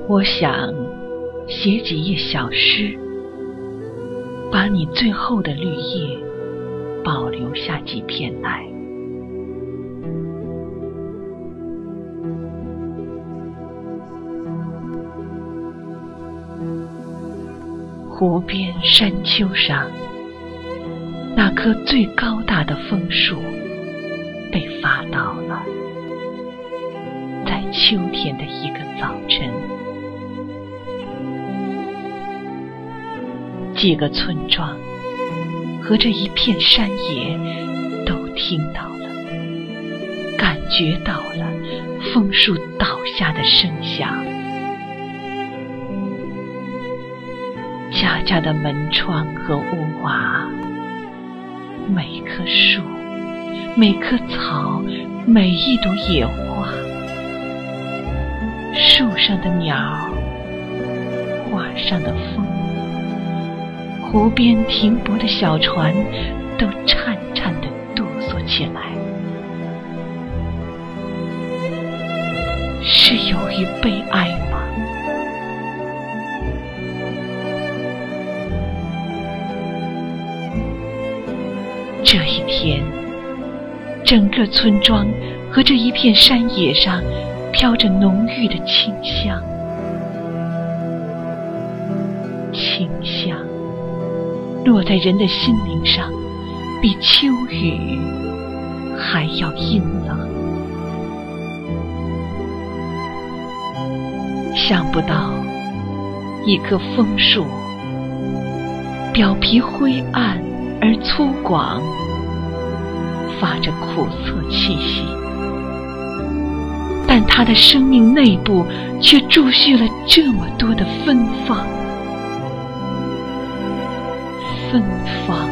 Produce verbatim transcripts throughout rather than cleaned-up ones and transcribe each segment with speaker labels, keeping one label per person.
Speaker 1: 我想写几页小诗，把你最后的绿叶保留下几片来。湖边山丘上，那棵最高大的枫树被伐倒了。在秋天的一个早晨，几个村庄和这一片山野都听到了，感觉到了枫树倒下的声响。家家的门窗和屋瓦，每棵树，每棵草，每一朵野花，树上的鸟，花上的风，湖边停泊的小船，都颤颤地哆嗦起来。是由于悲哀吗？这一天，整个村庄和这一片山野上飘着浓郁的清香，清香落在人的心灵上，比秋雨还要阴冷。想不到一棵枫树，表皮灰暗而粗犷，发着苦涩气息，但它的生命内部却注蓄了这么多的芬芳。芬芳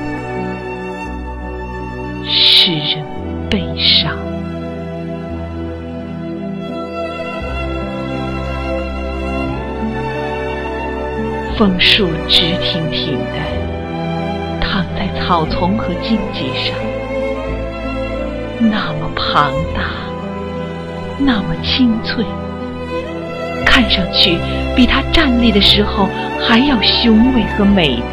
Speaker 1: 使人悲伤。枫树直挺挺地躺在草丛和荆棘上，那么庞大，那么清脆，看上去比它站立的时候还要雄伟和美丽。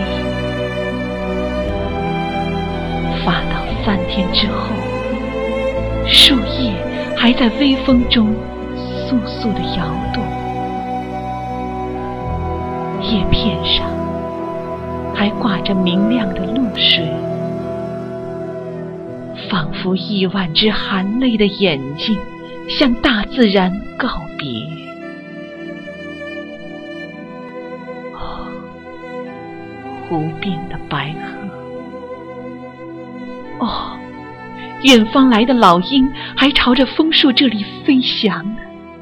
Speaker 1: 发倒三天之后，树叶还在微风中簌簌地摇动，叶片上还挂着明亮的露水，仿佛亿万只含泪的眼睛向大自然告别。哦，湖边的白鹤，哦，远方来的老鹰还朝着枫树这里飞翔呢。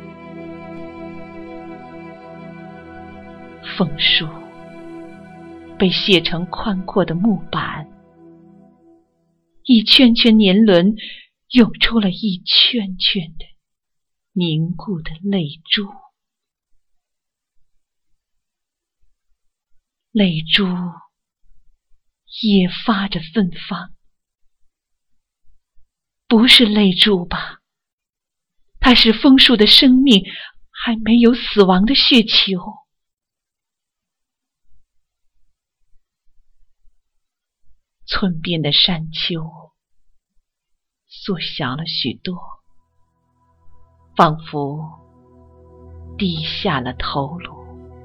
Speaker 1: 枫树被卸成宽阔的木板，一圈圈年轮涌出了一圈圈的凝固的泪珠，泪珠也发着芬芳。不是泪珠吧？它是枫树的生命还没有死亡的血球。村边的山丘缩小了许多，仿佛低下了头颅。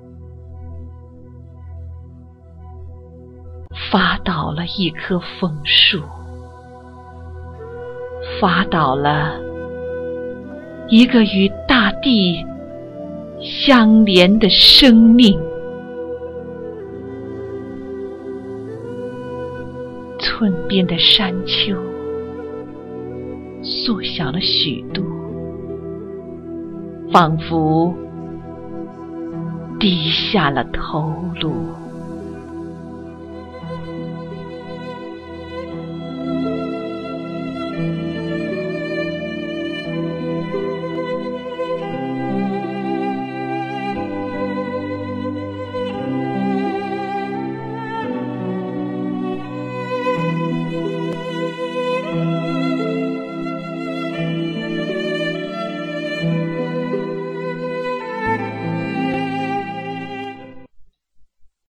Speaker 1: 伐倒了一棵枫树，伐倒了一个与大地相连的生命。村边的山丘缩小了许多，仿佛低下了头颅。